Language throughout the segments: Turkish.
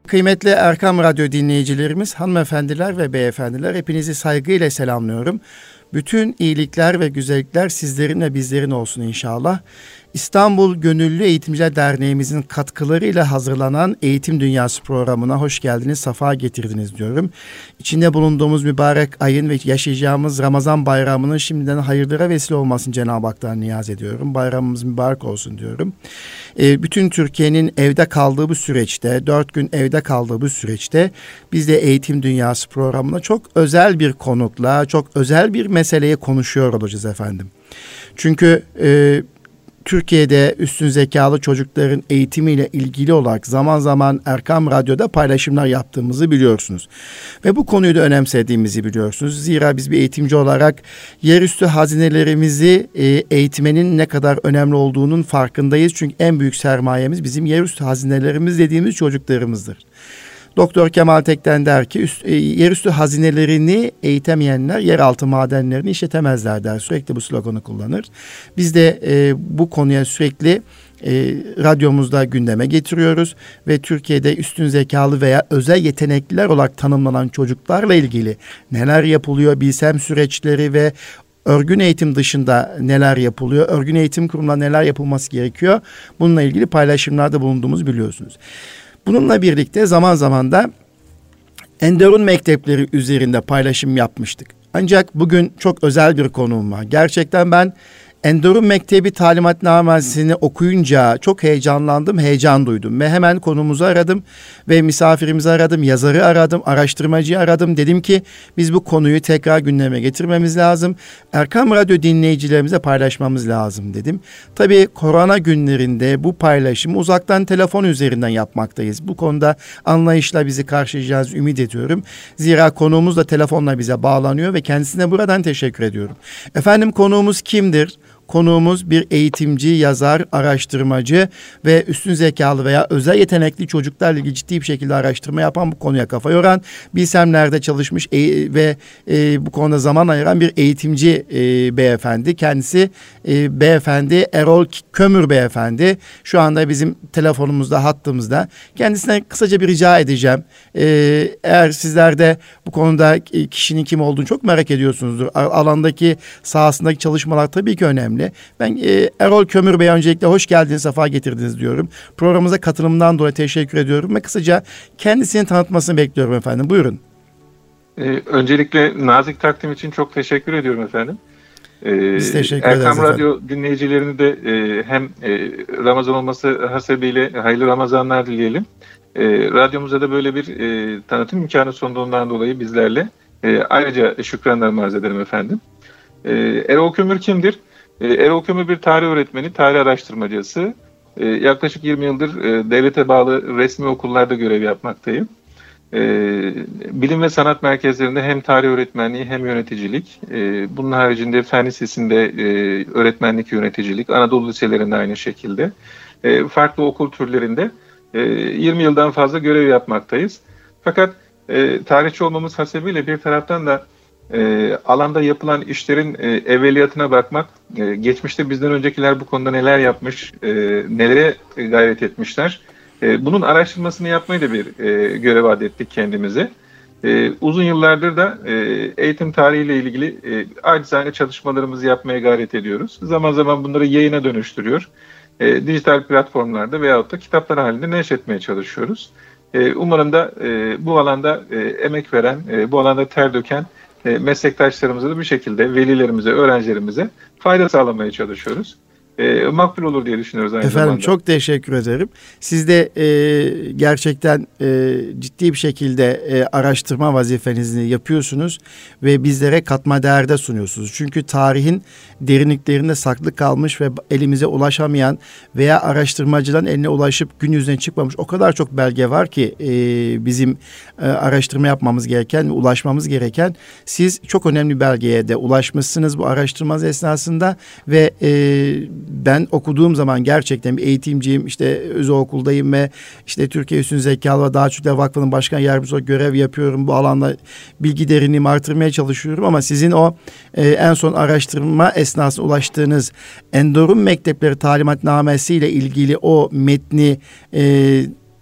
Kıymetli Erkam Radyo dinleyicilerimiz, hanımefendiler ve beyefendiler, hepinizi saygıyla selamlıyorum. Bütün iyilikler ve güzellikler sizlerin ve bizlerin olsun inşallah. İstanbul Gönüllü Eğitimciler Derneğimizin katkılarıyla hazırlanan Eğitim Dünyası programına hoş geldiniz, safa getirdiniz diyorum. İçinde bulunduğumuz mübarek ayın ve yaşayacağımız Ramazan bayramının şimdiden hayırlara vesile olmasını Cenab-ı Hak'tan niyaz ediyorum. Bayramımız mübarek olsun diyorum. Bütün Türkiye'nin evde kaldığı bu süreçte, 4 gün evde kaldığı bu süreçte biz de Eğitim Dünyası programına çok özel bir konukla, çok özel bir meseleyi konuşuyor olacağız efendim. Çünkü Türkiye'de üstün zekalı çocukların eğitimiyle ilgili olarak zaman zaman Erkam Radyo'da paylaşımlar yaptığımızı biliyorsunuz. Ve bu konuyu da önemsediğimizi biliyorsunuz. Zira biz bir eğitimci olarak yerüstü hazinelerimizi eğitmenin ne kadar önemli olduğunun farkındayız. Çünkü en büyük sermayemiz bizim yerüstü hazinelerimiz dediğimiz çocuklarımızdır. Doktor Kemal Tekten der ki yerüstü hazinelerini eğitemeyenler yeraltı madenlerini işletemezler der. Sürekli bu sloganı kullanır. Biz de bu konuya sürekli radyomuzda gündeme getiriyoruz ve Türkiye'de üstün zekalı veya özel yetenekliler olarak tanımlanan çocuklarla ilgili neler yapılıyor, bilsem süreçleri ve örgün eğitim dışında neler yapılıyor, örgün eğitim kurumunda neler yapılması gerekiyor, bununla ilgili paylaşımlarda bulunduğumuzu biliyorsunuz. Bununla birlikte zaman zaman da Enderun mektepleri üzerinde paylaşım yapmıştık. Ancak bugün çok özel bir konuğum var. Gerçekten ben Enderun Mektebi talimatnamesini okuyunca çok heyecanlandım, heyecan duydum. Ve hemen konumuzu aradım ve misafirimizi aradım, yazarı aradım, araştırmacıyı aradım. Dedim ki biz bu konuyu tekrar gündeme getirmemiz lazım. Erkam Radyo dinleyicilerimize paylaşmamız lazım dedim. Tabii korona günlerinde bu paylaşımı uzaktan telefon üzerinden yapmaktayız. Bu konuda anlayışla bizi karşılayacağınızı ümit ediyorum. Zira konuğumuz da telefonla bize bağlanıyor ve kendisine buradan teşekkür ediyorum. Efendim, konuğumuz kimdir? Konuğumuz bir eğitimci, yazar, araştırmacı ve üstün zekalı veya özel yetenekli çocuklarla ilgili ciddi bir şekilde araştırma yapan, bu konuya kafa yoran, bilsemlerde çalışmış ve bu konuda zaman ayıran bir eğitimci beyefendi. Kendisi beyefendi Erol Kömür beyefendi. Şu anda bizim telefonumuzda, hattımızda. Kendisine kısaca bir rica edeceğim. Eğer sizler de bu konuda kişinin kim olduğunu çok merak ediyorsunuzdur. Alandaki, sahasındaki çalışmalar tabii ki önemli. Ben Erol Kömür Bey, öncelikle hoş geldiniz, sefa getirdiniz diyorum. Programımıza katılımından dolayı teşekkür ediyorum ve kısaca kendisini tanıtmasını bekliyorum efendim. Buyurun. Öncelikle nazik takdim için çok teşekkür ediyorum efendim. Biz teşekkür ederiz Erkam efendim. Radyo dinleyicilerini de hem Ramazan olması hasebiyle hayırlı Ramazanlar dileyelim. Radyomuzda da böyle bir tanıtım imkanı sunduğundan dolayı bizlerle ayrıca şükranlarımı arz ederim efendim. Erol Kömür kimdir? Erol Kömür bir tarih öğretmeni, tarih araştırmacısı. Yaklaşık 20 yıldır devlete bağlı resmi okullarda görev yapmaktayım. Bilim ve sanat merkezlerinde hem tarih öğretmenliği hem yöneticilik. Bunun haricinde Fen Lisesi'nde öğretmenlik, yöneticilik. Anadolu liselerinde aynı şekilde. Farklı okul türlerinde 20 yıldan fazla görev yapmaktayız. Fakat tarihçi olmamız hasebiyle bir taraftan da alanda yapılan işlerin evveliyatına bakmak, geçmişte bizden öncekiler bu konuda neler yapmış, nelere gayret etmişler, bunun araştırmasını yapmayı da bir görev adettik kendimize. Uzun yıllardır da eğitim tarihiyle ilgili acizane çalışmalarımızı yapmaya gayret ediyoruz. Zaman zaman bunları yayına dönüştürüyor, dijital platformlarda veyahut da kitaplar halinde neşretmeye çalışıyoruz. Umarım da bu alanda emek veren, bu alanda ter döken meslektaşlarımıza da bir şekilde velilerimize, öğrencilerimize fayda sağlamaya çalışıyoruz. Makbul olur diye düşünüyoruz aynı zamanda. Efendim, çok teşekkür ederim. Siz de gerçekten ciddi bir şekilde araştırma vazifenizi yapıyorsunuz ve bizlere katma değerde sunuyorsunuz. Çünkü tarihin derinliklerinde saklı kalmış ve elimize ulaşamayan veya araştırmacıların eline ulaşıp gün yüzüne çıkmamış o kadar çok belge var ki bizim araştırma yapmamız gereken, ulaşmamız gereken. Siz çok önemli bir belgeye de ulaşmışsınız bu araştırmanız esnasında ve ben okuduğum zaman gerçekten bir eğitimciyim, işte özel okuldayım ve işte Türkiye Üstün Zekalı ve Daha Çocuklar Vakfı'nın başkan yardımcısı olarak görev yapıyorum. Bu alanda bilgi derinliğimi artırmaya çalışıyorum ama sizin o en son araştırma esnasında ulaştığınız Enderun Mektepleri talimatnamesi ile ilgili o metni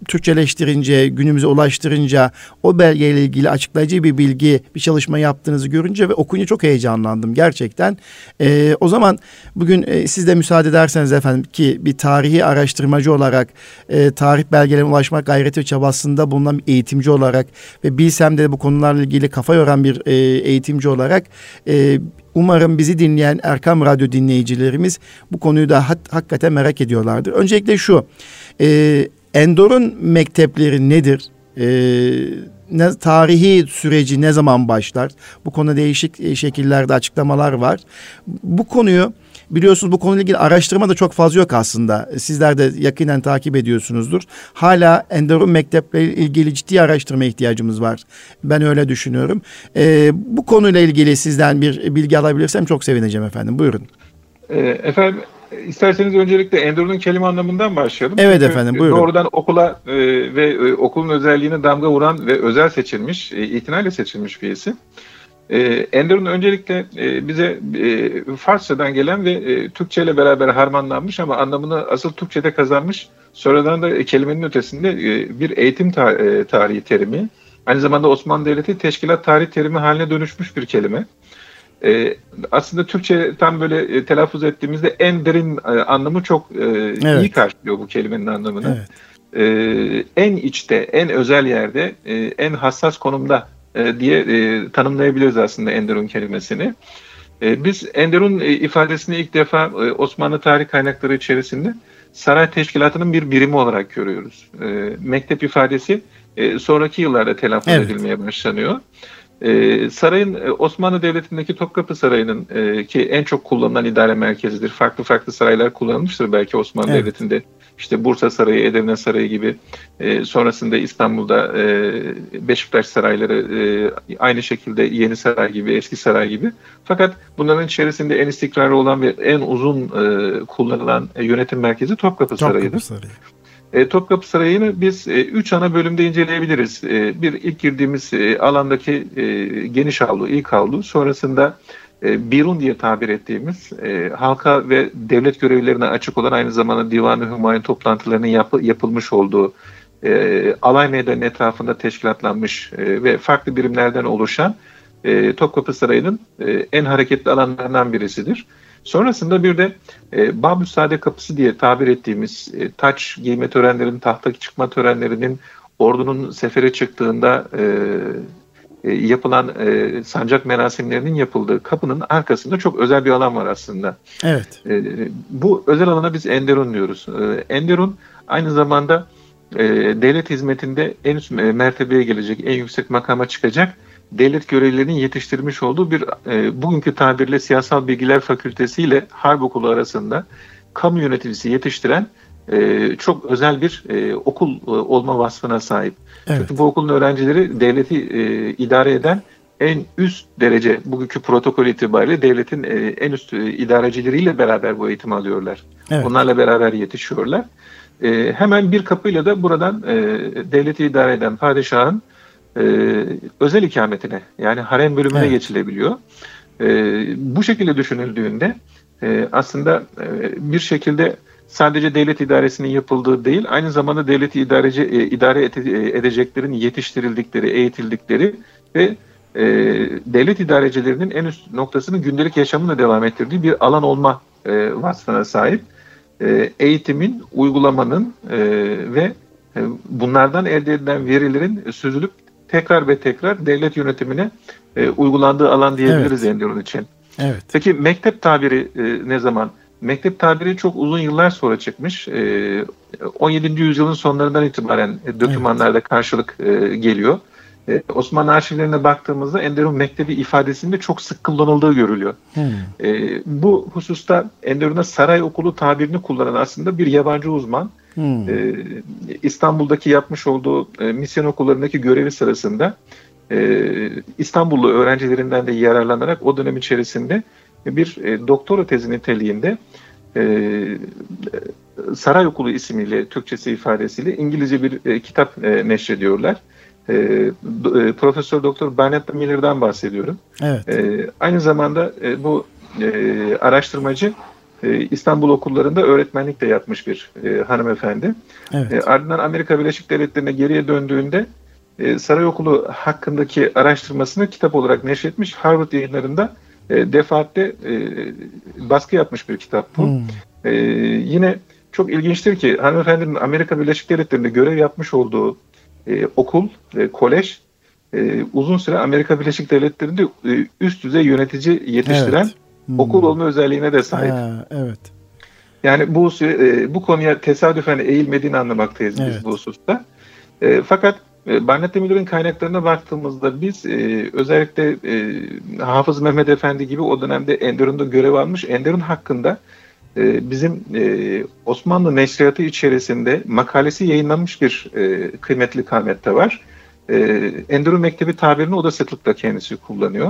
Türkçeleştirince, günümüze ulaştırınca, o belgeyle ilgili açıklayıcı bir bilgi, bir çalışma yaptığınızı görünce ve okuyunca çok heyecanlandım gerçekten. O zaman bugün siz de müsaade ederseniz efendim, ki bir tarihi araştırmacı olarak, tarih belgelerine ulaşmak gayreti ve çabasında bulunan bir eğitimci olarak ve bilsem de bu konularla ilgili kafa yoran bir eğitimci olarak, umarım bizi dinleyen Erkam Radyo dinleyicilerimiz bu konuyu da hakikaten merak ediyorlardır. Öncelikle şu, Endor'un mektepleri nedir? Tarihi süreci ne zaman başlar? Bu konuda değişik şekillerde açıklamalar var. Bu konuyu biliyorsunuz, bu konuyla ilgili araştırma da çok fazla yok aslında. Sizler de yakinen takip ediyorsunuzdur. Hala Endor'un mektepleriyle ilgili ciddi araştırma ihtiyacımız var. Ben öyle düşünüyorum. Bu konuyla ilgili sizden bir bilgi alabilirsem çok sevineceğim efendim. Buyurun. Efendim, isterseniz öncelikle Endor'un kelime anlamından başlayalım. Evet. Çünkü efendim, buyurun. doğrudan okula ve okulun özelliğine damga vuran ve özel seçilmiş, itinayla seçilmiş bir isim. Endor'un öncelikle bize Farsçadan gelen ve Türkçe ile beraber harmanlanmış ama anlamını asıl Türkçe'de kazanmış, sonradan da kelimenin ötesinde bir eğitim tarihi terimi. Aynı zamanda Osmanlı Devleti teşkilat tarihi terimi haline dönüşmüş bir kelime. Aslında Türkçe tam böyle telaffuz ettiğimizde en derin anlamı çok iyi karşılıyor bu kelimenin anlamını. En içte, en özel yerde, en hassas konumda diye tanımlayabiliriz aslında Enderun kelimesini. Biz Enderun ifadesini ilk defa Osmanlı tarih kaynakları içerisinde saray teşkilatının bir birimi olarak görüyoruz. Mektep ifadesi sonraki yıllarda telaffuz edilmeye başlanıyor. Sarayın, Osmanlı Devleti'ndeki Topkapı Sarayı'nın ki en çok kullanılan idare merkezidir. Farklı farklı saraylar kullanılmıştır belki Osmanlı Devleti'nde. İşte Bursa Sarayı, Edirne Sarayı gibi, sonrasında İstanbul'da Beşiktaş sarayları, aynı şekilde Yeni Saray gibi, Eski Saray gibi. Fakat bunların içerisinde en istikrarlı olan ve en uzun kullanılan yönetim merkezi Topkapı Sarayı'dır. Topkapı Sarayı'nı biz 3 ana bölümde inceleyebiliriz. Bir, ilk girdiğimiz alandaki geniş avlu, ilk avlu. Sonrasında Birun diye tabir ettiğimiz halka ve devlet görevlilerine açık olan, aynı zamanda Divan-ı Hümayun toplantılarının yapılmış olduğu alay meydanının etrafında teşkilatlanmış ve farklı birimlerden oluşan Topkapı Sarayı'nın en hareketli alanlarından birisidir. Sonrasında bir de Babüsade Kapısı diye tabir ettiğimiz taç giyme törenlerinin, tahta çıkma törenlerinin, ordunun sefere çıktığında yapılan sancak merasimlerinin yapıldığı kapının arkasında çok özel bir alan var aslında. Bu özel alana biz Enderun diyoruz. Enderun aynı zamanda devlet hizmetinde en üst mertebeye gelecek, en yüksek makama çıkacak devlet görevlilerinin yetiştirmiş olduğu bir bugünkü tabirle Siyasal Bilgiler Fakültesi ile Harp Okulu arasında kamu yöneticisi yetiştiren çok özel bir okul olma vasfına sahip. Çünkü bu okulun öğrencileri devleti idare eden en üst derece, bugünkü protokol itibariyle devletin en üst idarecileriyle beraber bu eğitimi alıyorlar. Onlarla beraber yetişiyorlar. Hemen bir kapıyla da buradan devleti idare eden padişahın özel ikametine, yani harem bölümüne geçilebiliyor. Bu şekilde düşünüldüğünde aslında bir şekilde sadece devlet idaresinin yapıldığı değil, aynı zamanda devleti idare edeceklerin yetiştirildikleri, eğitildikleri ve devlet idarecilerinin en üst noktasını gündelik yaşamına devam ettirdiği bir alan olma vasfına sahip. Eğitimin, uygulamanın ve bunlardan elde edilen verilerin süzülüp tekrar ve tekrar devlet yönetimine uygulandığı alan diyebiliriz Endorun için. Peki mektep tabiri ne zaman? Mektep tabiri çok uzun yıllar sonra çıkmış. 17. yüzyılın sonlarından itibaren dokümanlarda karşılık geliyor. Osmanlı arşivlerine baktığımızda Enderun Mektebi ifadesinde çok sık kullanıldığı görülüyor. Bu hususta Endorun'a saray okulu tabirini kullanan aslında bir yabancı uzman. İstanbul'daki yapmış olduğu misyon okullarındaki görevi sırasında İstanbullu öğrencilerinden de yararlanarak o dönem içerisinde bir doktora tezi niteliğinde Saray Okulu ismiyle, Türkçesi ifadesiyle İngilizce bir kitap neşrediyorlar. Profesör Doktor Barnett Miller'dan bahsediyorum. Aynı zamanda bu araştırmacı İstanbul okullarında öğretmenlik de yapmış bir hanımefendi. Evet. Ardından Amerika Birleşik Devletleri'ne geriye döndüğünde saray okulu hakkındaki araştırmasını kitap olarak neşretmiş. Harvard yayınlarında defaatle baskı yapmış bir kitap bu. Yine çok ilginçtir ki hanımefendinin Amerika Birleşik Devletleri'nde görev yapmış olduğu okul, kolej uzun süre Amerika Birleşik Devletleri'nde üst düzey yönetici yetiştiren okul olma özelliğine de sahip. Evet. Yani bu konuya tesadüfen eğilmediğini anlamaktayız biz bu hususta. Fakat Barnett Miller'ın kaynaklarına baktığımızda biz özellikle Hafız Mehmet Efendi gibi o dönemde Enderun'da görev almış. Enderun hakkında bizim Osmanlı Neşriyatı içerisinde makalesi yayınlanmış bir kıymetli kamet de var. Enderun Mektebi tabirini o da sıklıkla kendisi kullanıyor.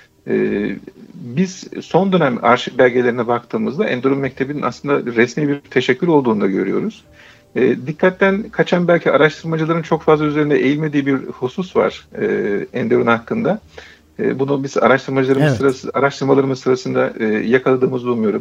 Biz son dönem arşiv belgelerine baktığımızda Enderun Mektebi'nin aslında resmi bir teşekkül olduğunu da görüyoruz. Dikkatten kaçan belki araştırmacıların çok fazla üzerinde eğilmediği bir husus var Enderun hakkında. Bunu biz araştırmalarımız sırasında yakaladığımızı umuyorum.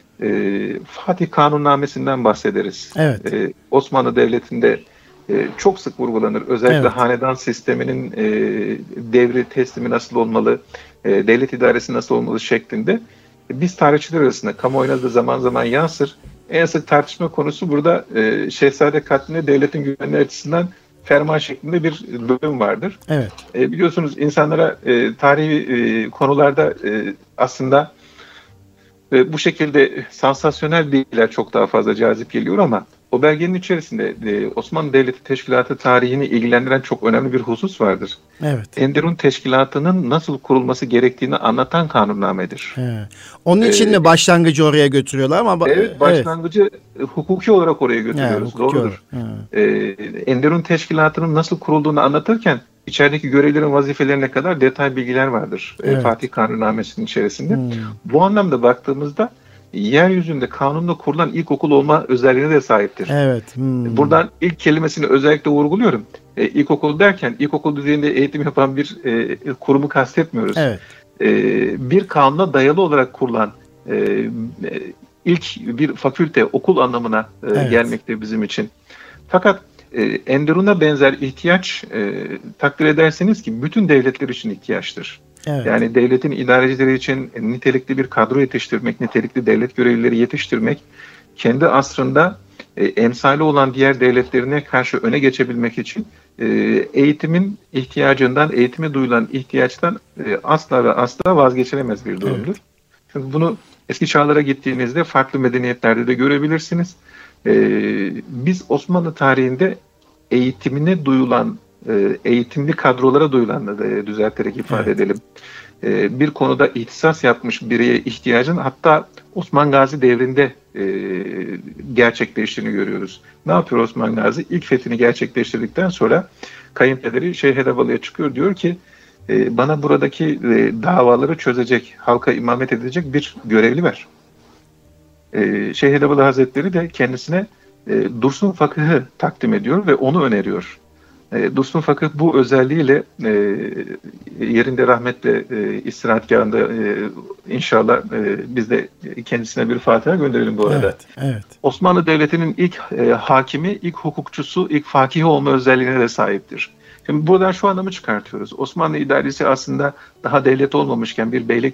Fatih Kanunnamesi'nden bahsederiz. Evet. Osmanlı Devleti'nde çok sık vurgulanır. Özellikle hanedan sisteminin devri teslimi nasıl olmalı, devlet idaresi nasıl olmalı şeklinde. Biz tarihçiler arasında kamuoyuna da zaman zaman yansır. En sık tartışma konusu burada Şehzade katline devletin güvenliği açısından ferman şeklinde bir bölüm vardır. Evet. Biliyorsunuz insanlara tarihi konularda aslında bu şekilde sansasyonel bilgiler çok daha fazla cazip geliyor ama o belgenin içerisinde Osmanlı Devleti Teşkilatı tarihini ilgilendiren çok önemli bir husus vardır. Evet. Enderun Teşkilatı'nın nasıl kurulması gerektiğini anlatan kanunnamedir. Onun için mi başlangıcı oraya götürüyorlar ama evet, başlangıcı hukuki olarak oraya götürüyoruz. Doğrudur. Enderun Teşkilatı'nın nasıl kurulduğunu anlatırken içerideki görevlerin vazifelerine kadar detay bilgiler vardır. Fatih Kanunnamesi'nin içerisinde. Bu anlamda baktığımızda yeryüzünde kanunla kurulan ilk okul olma özelliğine de sahiptir. Evet. Buradan ilk kelimesini özellikle vurguluyorum. İlkokul derken ilkokul düzeyinde eğitim yapan bir kurumu kastetmiyoruz. Evet. Bir kanuna dayalı olarak kurulan ilk bir fakülte, okul anlamına gelmekte bizim için. Fakat Enderun'a benzer ihtiyaç takdir ederseniz ki bütün devletler için ihtiyaçtır. Evet. Yani devletin idarecileri için nitelikli bir kadro yetiştirmek, nitelikli devlet görevlileri yetiştirmek, kendi asrında emsali olan diğer devletlerine karşı öne geçebilmek için eğitimin ihtiyacından, eğitime duyulan ihtiyaçtan asla ve asla vazgeçilemez bir durumdur. Evet. Çünkü bunu eski çağlara gittiğinizde farklı medeniyetlerde de görebilirsiniz. Biz Osmanlı tarihinde eğitimine duyulan, eğitimli kadrolara duyulan düzelterek ifade edelim. Bir konuda ihtisas yapmış bireye ihtiyacın hatta Osman Gazi devrinde gerçekleştiğini görüyoruz. Ne yapıyor Osman Gazi? İlk fethini gerçekleştirdikten sonra kayınpederi Şeyh Hedebalı'ya çıkıyor, diyor ki bana buradaki davaları çözecek, halka imamet edecek bir görevli ver. Şeyh Hedebalı Hazretleri de kendisine Dursun Fakıh'ı takdim ediyor ve onu öneriyor. Dursun Fakıh bu özelliğiyle yerinde rahmetle istirahatgahında inşallah biz de kendisine bir Fatiha gönderelim bu arada. Evet. Osmanlı Devleti'nin ilk hakimi, ilk hukukçusu, ilk fakihi olma özelliğine de sahiptir. Şimdi buradan şu anlamı çıkartıyoruz. Osmanlı idaresi aslında daha devlet olmamışken bir beylik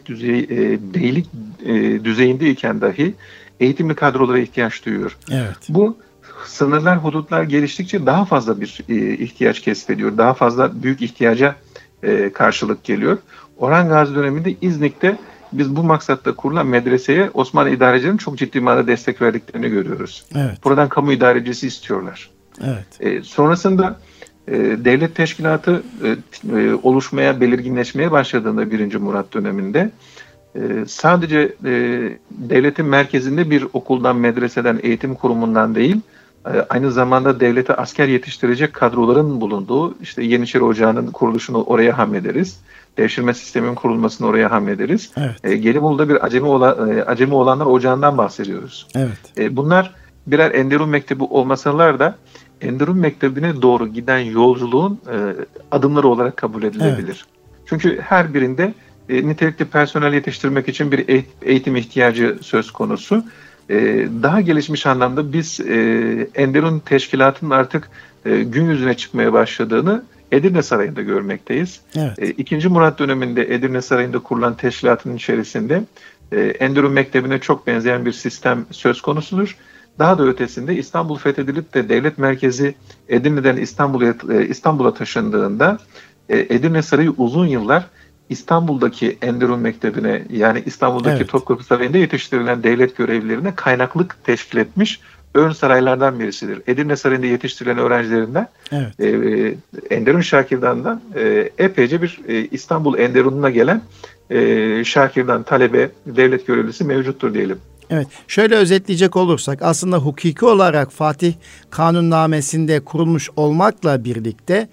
düzeyindeyken dahi eğitimli kadrolara ihtiyaç duyuyor. Evet. Bu sınırlar, hudutlar geliştikçe daha fazla bir ihtiyaç keşfediyor. Daha fazla büyük ihtiyaca karşılık geliyor. Orhan Gazi döneminde İznik'te biz bu maksatta kurulan medreseye Osmanlı idarecilerinin çok ciddi manada destek verdiklerini görüyoruz. Evet. Buradan kamu idarecisi istiyorlar. Evet. Sonrasında devlet teşkilatı oluşmaya, belirginleşmeye başladığında 1. Murat döneminde sadece devletin merkezinde bir okuldan, medreseden, eğitim kurumundan değil, aynı zamanda devlete asker yetiştirecek kadroların bulunduğu, işte Yeniçeri Ocağı'nın kuruluşunu oraya hamlederiz. Devşirme sistemin kurulmasını oraya hamlederiz. Evet. Gelibolu'da bir Acemi Oğlanlar Ocağı'ndan bahsediyoruz. Evet. Bunlar birer Enderun Mektebi olmasalar da Enderun Mektebi'ne doğru giden yolculuğun adımları olarak kabul edilebilir. Evet. Çünkü her birinde nitelikli personel yetiştirmek için bir eğitim ihtiyacı söz konusu. Daha gelişmiş anlamda biz Enderun Teşkilatı'nın artık gün yüzüne çıkmaya başladığını Edirne Sarayı'nda görmekteyiz. Evet. İkinci Murat döneminde Edirne Sarayı'nda kurulan teşkilatın içerisinde Enderun Mektebi'ne çok benzeyen bir sistem söz konusudur. Daha da ötesinde İstanbul fethedilip de devlet merkezi Edirne'den İstanbul'a taşındığında Edirne Sarayı uzun yıllar İstanbul'daki Enderun Mektebi'ne, yani İstanbul'daki Evet. Topkapı Sarayı'nda yetiştirilen devlet görevlilerine kaynaklık teşkil etmiş ön saraylardan birisidir. Edirne Sarayı'nda yetiştirilen öğrencilerinden Evet. Enderun Şakirdan'dan epeyce bir İstanbul Enderun'una gelen Şakirdan talebe, devlet görevlisi mevcuttur diyelim. Evet, şöyle özetleyecek olursak aslında hukuki olarak Fatih Kanunnamesi'nde kurulmuş olmakla birlikte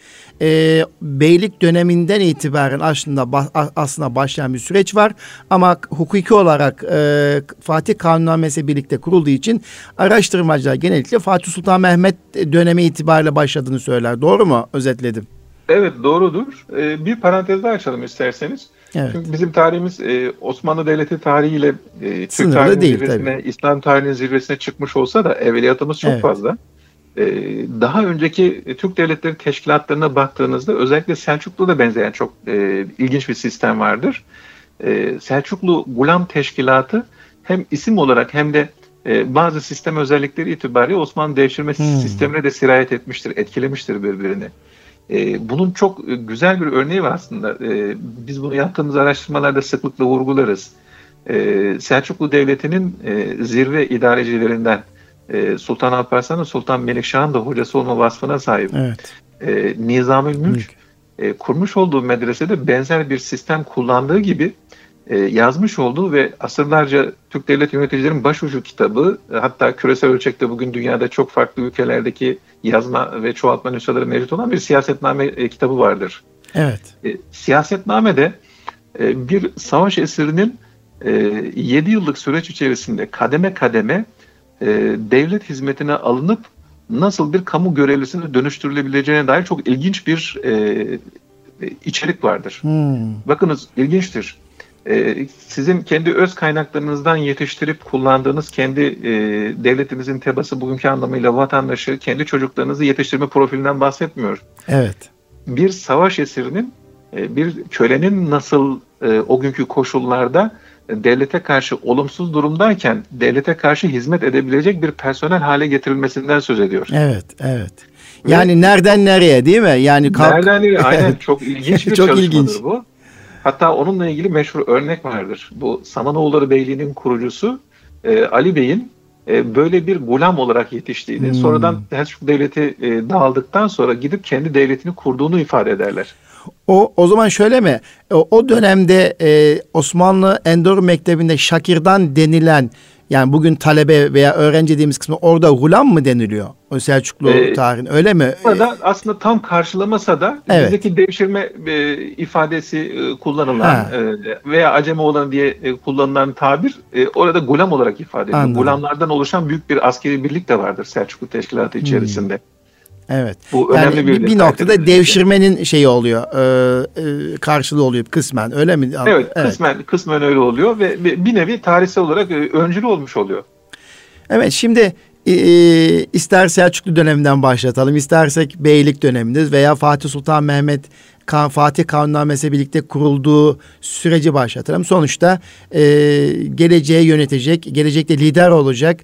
beylik döneminden itibaren aslında başlayan bir süreç var. Ama hukuki olarak Fatih Kanunnamesi birlikte kurulduğu için araştırmacılar genellikle Fatih Sultan Mehmet dönemi itibariyle başladığını söyler. Doğru mu? Özetledim. Evet, doğrudur. Bir parantez daha açalım isterseniz. Evet. Çünkü bizim tarihimiz Osmanlı Devleti tarihiyle Türk Sınırlı tarihinin değil, zirvesine, tabii. İslam tarihinin zirvesine çıkmış olsa da evveliyatımız çok Evet. fazla. Daha önceki Türk devletleri teşkilatlarına baktığınızda özellikle Selçuklu'da benzeyen çok ilginç bir sistem vardır. Selçuklu Gulam Teşkilatı hem isim olarak hem de bazı sistem özellikleri itibariyle Osmanlı devşirme sistemine de sirayet etmiştir, etkilemiştir birbirini. Bunun çok güzel bir örneği var aslında. Biz bunu yaptığımız araştırmalarda sıklıkla vurgularız. Selçuklu Devleti'nin zirve idarecilerinden Sultan Alparslan'ın Sultan Melikşah'ın da hocası olma vasfına sahip. Evet. Nizamül Mülk kurmuş olduğu medresede benzer bir sistem kullandığı gibi yazmış olduğu ve asırlarca Türk devlet yöneticilerin başucu kitabı, hatta küresel ölçekte bugün dünyada çok farklı ülkelerdeki yazma ve çoğaltma nüshaları mevcut olan bir siyasetname kitabı vardır. Evet. Siyasetnamede bir savaş esirinin 7 yıllık süreç içerisinde kademe kademe devlet hizmetine alınıp nasıl bir kamu görevlisine dönüştürülebileceğine dair çok ilginç bir içerik vardır. Bakınız, ilginçtir. Sizin kendi öz kaynaklarınızdan yetiştirip kullandığınız kendi devletimizin tebası, bugünkü anlamıyla vatandaşı, kendi çocuklarınızı yetiştirme profilinden bahsetmiyor. Evet. Bir savaş esirinin, bir kölenin nasıl o günkü koşullarda devlete karşı olumsuz durumdayken devlete karşı hizmet edebilecek bir personel hale getirilmesinden söz ediyor. Evet, evet. Yani nereden nereye, değil mi? Yani nereden nereye? Aynen, çok ilginç bir çok çalışmadır ilginç. bu. Hatta onunla ilgili meşhur örnek vardır. Bu Samanoğulları Beyliği'nin kurucusu Ali Bey'in böyle bir gulam olarak yetiştiğini, sonradan Selçuklu Devleti dağıldıktan sonra gidip kendi devletini kurduğunu ifade ederler. O zaman şöyle mi? O dönemde Osmanlı Enderun Mektebi'nde Şakirdan denilen, yani bugün talebe veya öğrenci dediğimiz kısmı, orada gulam mı deniliyor? O Selçuklu tarihin, öyle mi? Burada aslında tam karşılamasa da bizdeki devşirme ifadesi kullanılan veya Acemoğlan diye kullanılan tabir orada gulam olarak ifade ediyor. Anladım. Gulamlardan oluşan büyük bir askeri birlik de vardır Selçuklu Teşkilatı içerisinde. Evet. Bu önemli yani bir bir noktada devşirmenin şeyi oluyor, karşılığı oluyor kısmen, öyle mi? Evet, kısmen öyle oluyor ve bir nevi tarihsel olarak öncülü olmuş oluyor. Evet, şimdi ister Selçuklu döneminden başlatalım, istersek Beylik döneminde veya Fatih Sultan Mehmet Fatih Kanunnamesi birlikte kurulduğu süreci başlatalım. Sonuçta geleceği yönetecek, gelecekte lider olacak,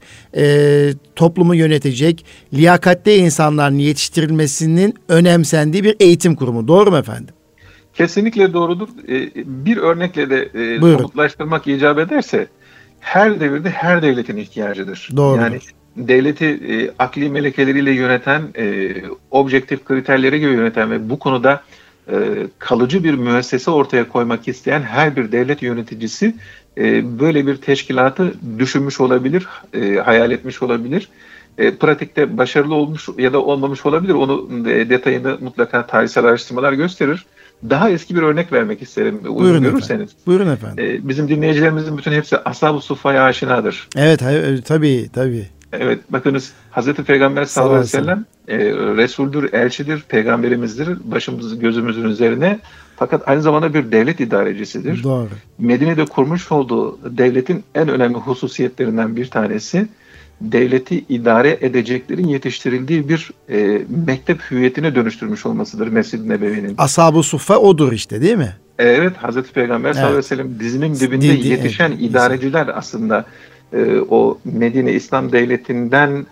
toplumu yönetecek, liyakatli insanların yetiştirilmesinin önemsendiği bir eğitim kurumu. Doğru mu efendim? Kesinlikle doğrudur. Bir örnekle de somutlaştırmak icap ederse, her devirde her devletin ihtiyacıdır. Doğrudur. Yani devleti akli melekeleriyle yöneten, objektif kriterlere göre yöneten ve bu konuda kalıcı bir müessese ortaya koymak isteyen her bir devlet yöneticisi böyle bir teşkilatı düşünmüş olabilir, hayal etmiş olabilir. Pratikte başarılı olmuş ya da olmamış olabilir. Onu detayını mutlaka tarihsel araştırmalar gösterir. Daha eski bir örnek vermek isterim, uygun görürseniz. Buyurun efendim. Bizim dinleyicilerimizin bütün hepsi Ashab-ı Suffa'ya aşinadır. Evet, tabii. Evet, bakınız, Hazreti Peygamber sallallahu aleyhi ve sellem Resul'dür, elçidir, peygamberimizdir. Başımızı gözümüzün üzerine Fakat aynı zamanda bir devlet idarecisidir. Doğru. Medine'de kurmuş olduğu devletin en önemli hususiyetlerinden bir tanesi, devleti idare edeceklerin yetiştirildiği bir mektep hüviyetine dönüştürmüş olmasıdır Mescid-i Nebevi'nin. Ashab-ı Suffe odur işte, değil mi? Evet, Hazreti Peygamber sallallahu aleyhi ve sellem dizinin dibinde yetişen idareciler aslında o Medine İslam Devleti'nden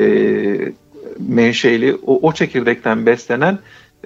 menşeli, o çekirdekten beslenen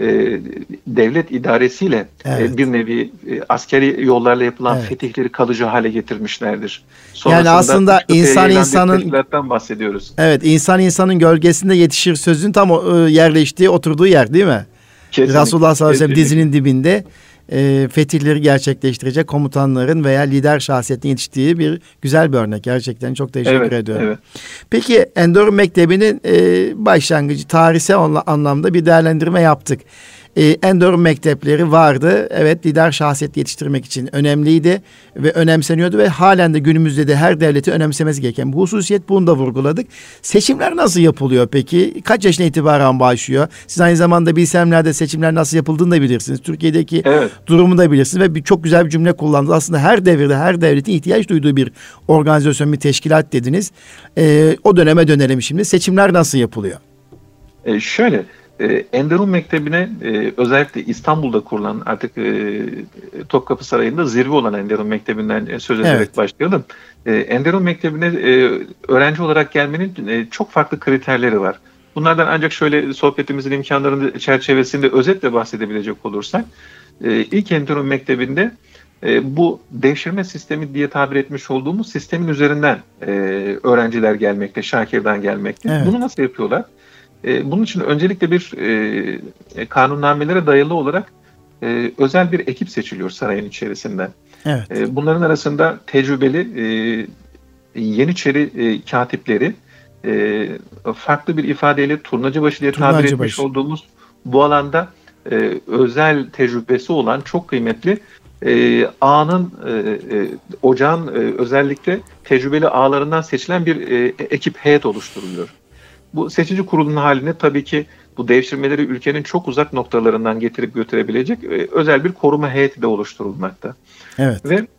devlet idaresiyle bir nevi askeri yollarla yapılan fetihleri kalıcı hale getirmişlerdir. Yani aslında insanın bahsediyoruz. Evet, insanın gölgesinde yetişir sözün tam yerleştiği, oturduğu yer, değil mi? Kesinlikle. Resulullah sallallahu aleyhi ve sellem dizinin dibinde fetihleri gerçekleştirecek komutanların veya lider şahsiyetin yetiştiği bir güzel bir örnek. Gerçekten çok teşekkür ediyorum. Evet. Peki Enderun Mektebi'nin başlangıcı, tarihsel anlamda bir değerlendirme yaptık. Enderun mektepleri vardı. Evet, lider şahsiyet yetiştirmek için önemliydi ve önemseniyordu ve halen de günümüzde de her devleti önemsemesi gereken bu hususiyet, bunu da vurguladık. Seçimler nasıl yapılıyor peki? Kaç yaşına itibaren başlıyor? Siz aynı zamanda bilsemlerde seçimler nasıl yapıldığını da bilirsiniz. Türkiye'deki durumu da bilirsiniz ve çok güzel bir cümle kullandınız. Aslında her devirde her devletin ihtiyaç duyduğu bir organizasyon, bir teşkilat dediniz. O döneme dönelim şimdi. Seçimler nasıl yapılıyor? Şöyle, Enderun Mektebi'ne özellikle İstanbul'da kurulan, artık Topkapı Sarayı'nda zirve olan Enderun Mektebi'nden söz ederek başlayalım. Enderun Mektebi'ne öğrenci olarak gelmenin çok farklı kriterleri var. Bunlardan ancak şöyle sohbetimizin imkanlarının çerçevesinde özetle bahsedebilecek olursak, ilk Enderun Mektebi'nde bu devşirme sistemi diye tabir etmiş olduğumuz sistemin üzerinden öğrenciler gelmekte, şakirden gelmekte. Bunu nasıl yapıyorlar? Bunun için öncelikle bir kanunnamelere dayalı olarak özel bir ekip seçiliyor sarayın içerisinden. Bunların arasında tecrübeli Yeniçeri katipleri, farklı bir ifadeyle turnacıbaşı diye tabir etmiş olduğumuz bu alanda özel tecrübesi olan çok kıymetli ocağın özellikle tecrübeli ağalarından seçilen bir ekip, heyet oluşturuluyor. Bu seçici kurulun haline tabii ki bu devşirmeleri ülkenin çok uzak noktalarından getirip götürebilecek özel bir koruma heyeti de oluşturulmakta. Ve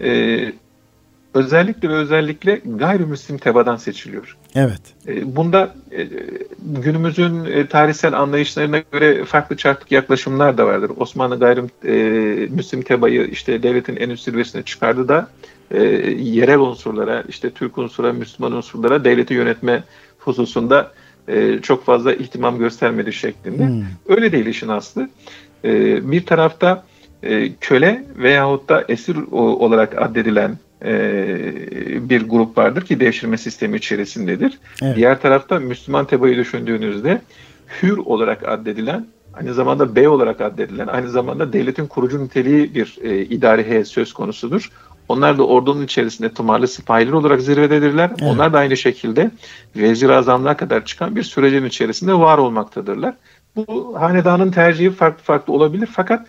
özellikle gayrimüslim tebadan seçiliyor. Bunda günümüzün tarihsel anlayışlarına göre farklı çarpık yaklaşımlar da vardır. Osmanlı gayrimüslim tebayı işte devletin en üst zirvesine çıkardı da yerel unsurlara, işte Türk unsura, Müslüman unsurlara devleti yönetme hususunda çok fazla ihtimam göstermedi şeklinde. Öyle değil işin aslı. Bir tarafta köle veyahut da esir olarak addedilen bir grup vardır ki devşirme sistemi içerisindedir. Diğer tarafta Müslüman tebayı düşündüğünüzde hür olarak addedilen, aynı zamanda bey olarak addedilen, aynı zamanda devletin kurucu niteliği bir idari heyet söz konusudur. Onlar da ordunun içerisinde tımarlı sipahiler olarak zirvededirler. Onlar da aynı şekilde vezir-i azamlığa kadar çıkan bir sürecin içerisinde var olmaktadırlar. Bu hanedanın tercihi farklı olabilir, fakat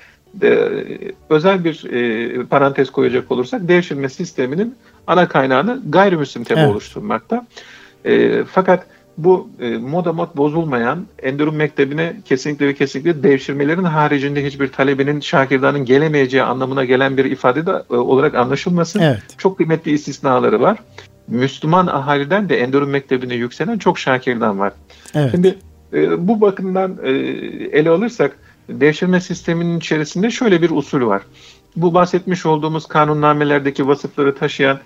özel bir parantez koyacak olursak devşirme sisteminin ana kaynağını gayrimüslim teba oluşturmakta. Fakat bu moda bozulmayan Enderun Mektebi'ne kesinlikle devşirmelerin haricinde hiçbir talebinin, şakirdanın gelemeyeceği anlamına gelen bir ifade de olarak anlaşılmasın. Çok kıymetli istisnaları var. Müslüman ahaliden de Enderun Mektebi'ne yükselen çok şakirdan var. Şimdi bu bakımdan ele alırsak devşirme sisteminin içerisinde şöyle bir usul var. Bu bahsetmiş olduğumuz kanunnamelerdeki vasıfları taşıyan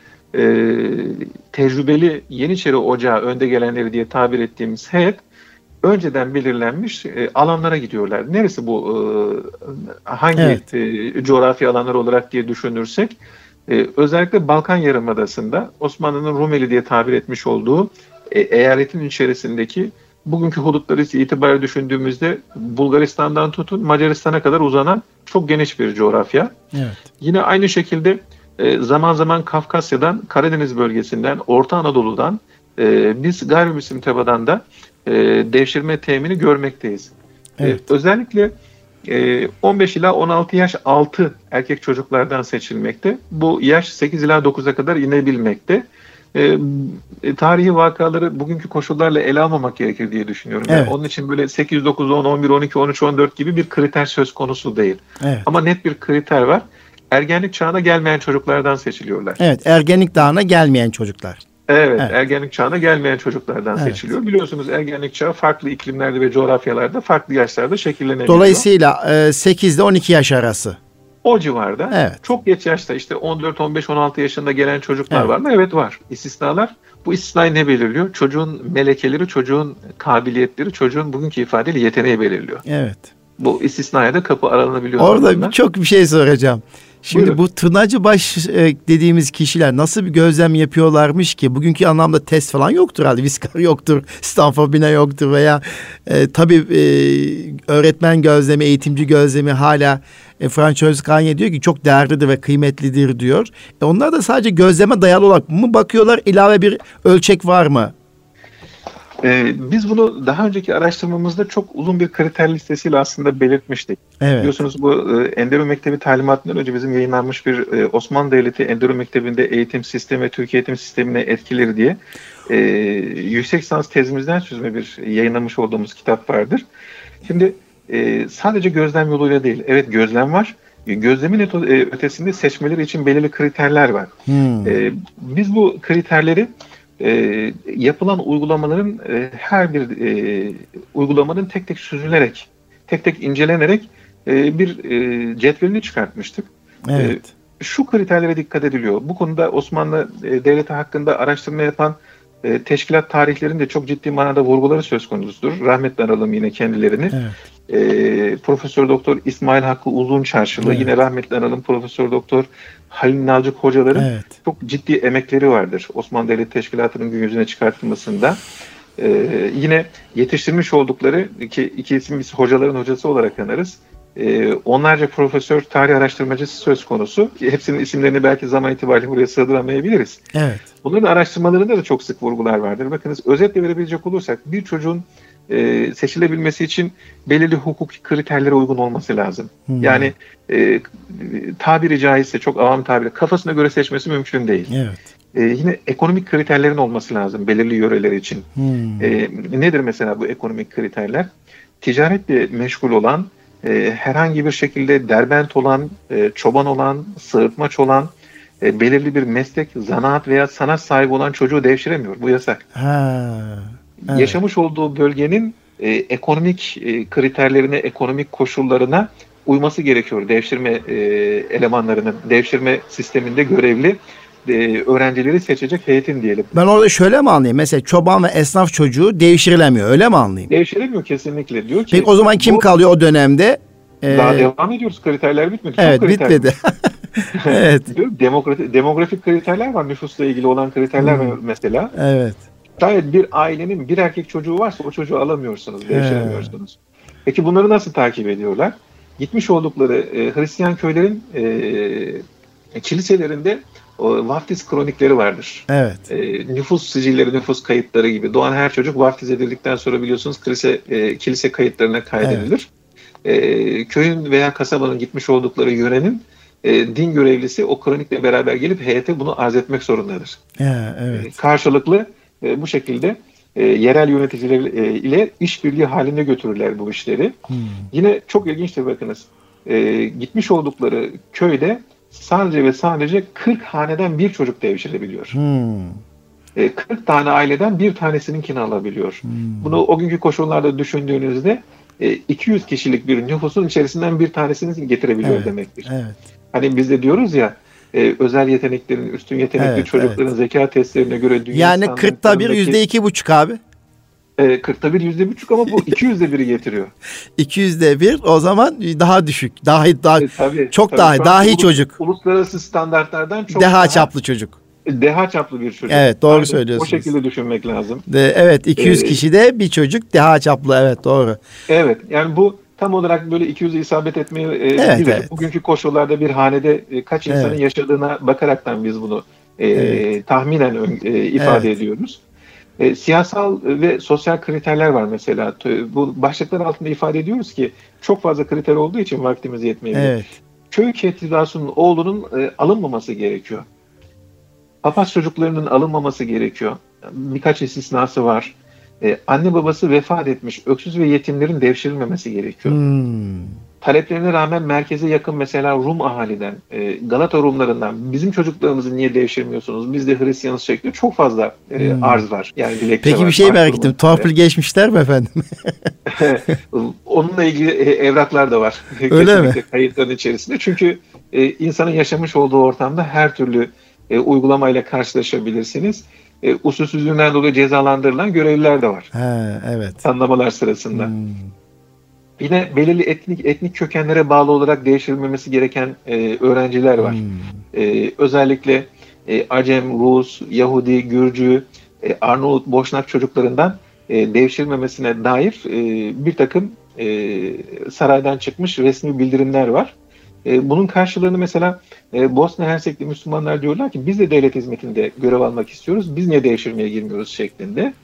tecrübeli Yeniçeri Ocağı önde gelenleri diye tabir ettiğimiz heyet önceden belirlenmiş alanlara gidiyorlar. Neresi bu? Hangi coğrafi alanlar olarak diye düşünürsek özellikle Balkan Yarımadası'nda Osmanlı'nın Rumeli diye tabir etmiş olduğu eyaletin içerisindeki bugünkü hudutları itibariyle düşündüğümüzde Bulgaristan'dan tutun Macaristan'a kadar uzanan çok geniş bir coğrafya. Yine aynı şekilde zaman zaman Kafkasya'dan, Karadeniz bölgesinden, Orta Anadolu'dan biz gayrimüslim tebadan da devşirme temini görmekteyiz. Özellikle 15 ila 16 yaş altı erkek çocuklardan seçilmekte. Bu yaş 8 ila 9'a kadar inebilmekte. Tarihi vakaları bugünkü koşullarla ele almamak gerekir diye düşünüyorum. Evet. Yani onun için böyle 8, 9, 10, 11, 12, 13, 14 gibi bir kriter söz konusu değil. Evet. Ama net bir kriter var. Ergenlik çağına gelmeyen çocuklardan seçiliyorlar. Evet, ergenlik dağına gelmeyen çocuklar. Evet, Evet. ergenlik çağına gelmeyen çocuklardan Evet. seçiliyor. Biliyorsunuz ergenlik çağı farklı iklimlerde ve coğrafyalarda farklı yaşlarda şekillenebiliyor. Dolayısıyla 8 ile 12 yaş arası. O civarda. Evet. Çok geç yaşta işte 14, 15, 16 yaşında gelen çocuklar Evet. var mı? Evet, var. İstisnalar. Bu istisnayı ne belirliyor? Çocuğun melekeleri, çocuğun kabiliyetleri, çocuğun bugünkü ifadeyle yeteneği belirliyor. Evet. Bu istisnaya da kapı aralanabiliyor. Orada çok bir şey soracağım. Şimdi Buyurun. bu tırnacı baş dediğimiz kişiler nasıl bir gözlem yapıyorlarmış ki? Bugünkü anlamda test falan yoktur herhalde. Viskar yoktur, Stanford bina yoktur veya tabii öğretmen gözlemi, eğitimci gözlemi hala François Gagné diyor ki çok değerlidir ve kıymetlidir diyor. Onlar da sadece gözleme dayalı olarak mı bakıyorlar? İlave bir ölçek var mı? Biz bunu daha önceki araştırmamızda çok uzun bir kriter listesiyle aslında belirtmiştik. Evet. Biliyorsunuz bu Endero Mektebi talimatından önce bizim yayınlanmış bir Osmanlı Devleti Endero Mektebi'nde eğitim sistemi ve Türkiye eğitim sistemine etkileri diye yüksek lisans tezimizden süzme bir yayınlamış olduğumuz kitap vardır. Şimdi sadece gözlem yoluyla değil, evet gözlem var. Gözlemin ötesinde seçmeleri için belirli kriterler var. Biz bu kriterleri yapılan uygulamaların her bir uygulamanın tek tek süzülerek, tek tek incelenerek bir cetvelini çıkartmıştık. Evet. Şu kriterlere dikkat ediliyor. Bu konuda Osmanlı Devleti hakkında araştırma yapan teşkilat tarihlerinde çok ciddi manada vurguları söz konusudur. Rahmetle analım yine kendilerini. Evet. Profesör Doktor İsmail Hakkı Uzunçarşılı, Evet. yine rahmetli analım Profesör Doktor Halil Nalcık hocaların Evet. çok ciddi emekleri vardır Osmanlı Devlet Teşkilatı'nın gün yüzüne çıkartılmasında. Yine yetiştirmiş oldukları iki isim biz hocaların hocası olarak anarız. Onlarca profesör, tarih araştırmacısı söz konusu. Hepsinin isimlerini belki zaman itibariyle buraya sığdıramayabiliriz. Evet. Bunların araştırmalarında da çok sık vurgular vardır. Bakınız, özetle verebilecek olursak bir çocuğun seçilebilmesi için belirli hukuki kriterlere uygun olması lazım. Yani tabiri caizse, çok avam tabiri, kafasına göre seçmesi mümkün değil. Evet. Yine ekonomik kriterlerin olması lazım belirli yöreler için. Nedir mesela bu ekonomik kriterler? Ticaretle meşgul olan, herhangi bir şekilde derbent olan, çoban olan, sığırtmaç olan, belirli bir meslek, zanaat veya sanat sahibi olan çocuğu devşiremiyor. Bu yasak. Evet. Yaşamış olduğu bölgenin ekonomik kriterlerine, ekonomik koşullarına uyması gerekiyor. Devşirme elemanlarının, devşirme sisteminde görevli öğrencileri seçecek heyetin diyelim. Ben orada şöyle mi anlayayım? Mesela çoban ve esnaf çocuğu devşirilemiyor. Öyle mi anlayayım? Devşiremiyor kesinlikle. Diyor ki, peki o zaman kim kalıyor o dönemde? Daha devam ediyoruz. Kriterler bitmedi. Evet, bitmedi. Evet. Demografik kriterler var. Nüfusla ilgili olan kriterler var mesela. Evet. Şayet bir ailenin bir erkek çocuğu varsa o çocuğu alamıyorsunuz, devşiremiyorsunuz. Peki bunları nasıl takip ediyorlar? Gitmiş oldukları Hristiyan köylerin kiliselerinde vaftiz kronikleri vardır. Evet. Nüfus sicilleri, nüfus kayıtları gibi. Doğan her çocuk vaftiz edildikten sonra biliyorsunuz kilise kayıtlarına kaydedilir. Köyün veya kasabanın gitmiş oldukları yörenin din görevlisi o kronikle beraber gelip heyete bunu arz etmek zorundadır. Evet. Karşılıklı bu şekilde yerel yöneticiler ile işbirliği halinde götürürler bu işleri. Yine çok ilginçtir, bakınız. Gitmiş oldukları köyde sadece ve sadece 40 haneden bir çocuk devşirilebiliyor. 40 tane aileden bir tanesininkini alabiliyor. Bunu o günkü koşullarda düşündüğünüzde 200 kişilik bir nüfusun içerisinden bir tanesini getirebiliyor demektir. Evet. Hani biz de diyoruz ya, özel yeteneklerin, üstün yetenekli çocukların zeka testlerine göre dünya yani 40'ta bir %2,5 abi. 40'ta bir %1,5 ama bu 200'de biri getiriyor. 200'de bir o zaman daha düşük. Daha çok tabii. daha iyi çocuk. Uluslararası standartlardan çok daha çaplı çocuk. Deha çaplı bir çocuk. Evet, doğru söylüyorsunuz. O şekilde düşünmek lazım. Evet, 200 kişide bir çocuk deha çaplı, evet, doğru. Evet, yani bu tam olarak böyle 200'e isabet etmeyi bilir. Bugünkü koşullarda bir hanede kaç insanın yaşadığına bakaraktan biz bunu tahminen ifade ediyoruz. Siyasal ve sosyal kriterler var mesela. Bu başlıklar altında ifade ediyoruz ki çok fazla kriter olduğu için vaktimiz yetmeyebilir. Köy ketibasının oğlunun alınmaması gerekiyor. Papaz çocuklarının alınmaması gerekiyor. Birkaç istisnası var. Anne babası vefat etmiş öksüz ve yetimlerin devşirilmemesi gerekiyor. Taleplerine rağmen merkeze yakın mesela Rum ahaliden, Galata Rumlarından bizim çocuklarımızı niye devşirmiyorsunuz? Biz de Hristiyanız şeklinde çok fazla arz var. Yani dilekçe Peki var. bir şey merak ettim. Torpil geçmişler mi efendim? Onunla ilgili evraklar da var. Öyle mi? Kayıtların içerisinde. Çünkü insanın yaşamış olduğu ortamda her türlü uygulamayla karşılaşabilirsiniz. Usulsüzlüğünden dolayı cezalandırılan görevliler de var. Evet. Anlamalar sırasında. Yine belirli etnik kökenlere bağlı olarak değiştirilmemesi gereken öğrenciler var. Özellikle Acem, Rus, Yahudi, Gürcü, Arnavut, Boşnak çocuklarından devşirilmemesine dair bir takım saraydan çıkmış resmi bildirimler var. Bunun karşılığını mesela Bosna Hersekli Müslümanlar diyorlar ki biz de devlet hizmetinde görev almak istiyoruz. Biz niye devşirmeye girmiyoruz şeklinde.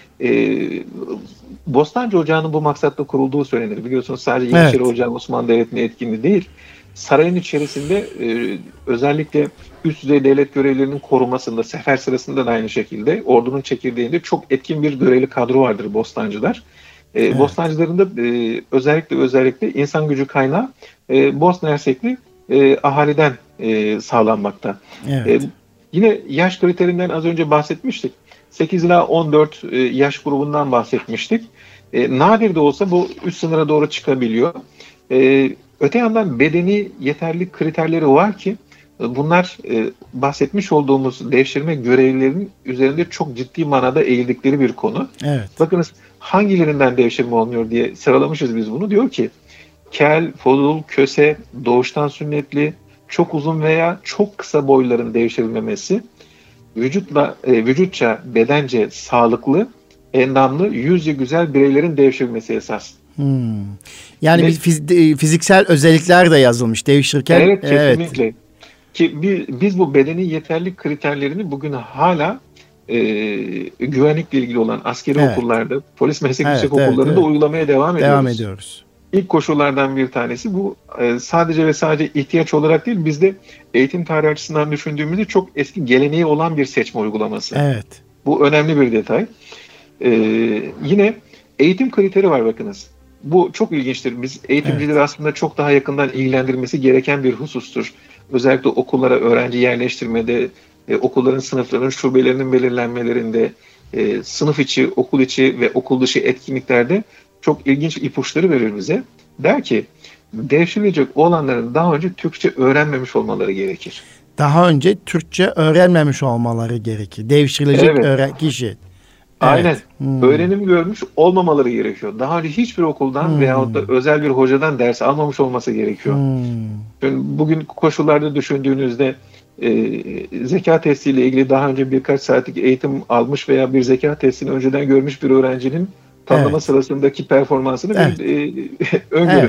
Bostancı Ocağı'nın bu maksatla kurulduğu söylenir. Biliyorsunuz sadece Yeniçeri Ocağı Osmanlı Devleti'nin etkinliği değil. Sarayın içerisinde özellikle üst düzey devlet görevlilerinin korumasında, sefer sırasında da aynı şekilde ordunun çekirdeğinde çok etkin bir görevli kadro vardır Bostancılar. Bostancıların da özellikle insan gücü kaynağı Bosna Hersekli ahaliden sağlanmakta. Evet. Yine yaş kriterinden az önce bahsetmiştik. 8 ila 14 yaş grubundan bahsetmiştik. Nadir de olsa bu üst sınıra doğru çıkabiliyor. Öte yandan bedeni yeterlilik kriterleri var ki bunlar bahsetmiş olduğumuz devşirme görevlilerinin üzerinde çok ciddi manada eğildikleri bir konu. Evet. Bakınız hangilerinden devşirme olmuyor diye sıralamışız biz bunu. Diyor ki kel, fodul, köse, doğuştan sünnetli, çok uzun veya çok kısa boyların devşirilmemesi, vücutça, bedence sağlıklı, endamlı, yüzce güzel bireylerin devşirilmesi esas. Yani fiziksel özellikler de yazılmış devşirirken. Evet, kesinlikle. Evet. Ki biz bu bedeni yeterlilik kriterlerini bugün hala güvenlikle ilgili olan askeri okullarda, polis meslek yüksek okullarında uygulamaya devam ediyoruz. İlk koşullardan bir tanesi bu. Sadece ve sadece ihtiyaç olarak değil, bizde eğitim tarihi açısından düşündüğümüzde çok eski geleneği olan bir seçme uygulaması. Evet. Bu önemli bir detay. Yine eğitim kriteri var bakınız. Bu çok ilginçtir. Biz eğitimcileri aslında çok daha yakından ilgilendirmesi gereken bir husustur. Özellikle okullara öğrenci yerleştirmede, okulların sınıflarının şubelerinin belirlenmelerinde, sınıf içi, okul içi ve okul dışı etkinliklerde çok ilginç ipuçları verir bize. Der ki, devşirilecek olanların daha önce Türkçe öğrenmemiş olmaları gerekir. Daha önce Türkçe öğrenmemiş olmaları gerekir. Devşirilecek kişi. Evet. Aynen. Öğrenim görmüş olmamaları gerekiyor. Daha önce hiçbir okuldan veyahut da özel bir hocadan ders almamış olması gerekiyor. Bugün koşullarda düşündüğünüzde zeka testiyle ilgili daha önce birkaç saatlik eğitim almış veya bir zeka testini önceden görmüş bir öğrencinin tanıma sırasındaki performansını bir öngörün.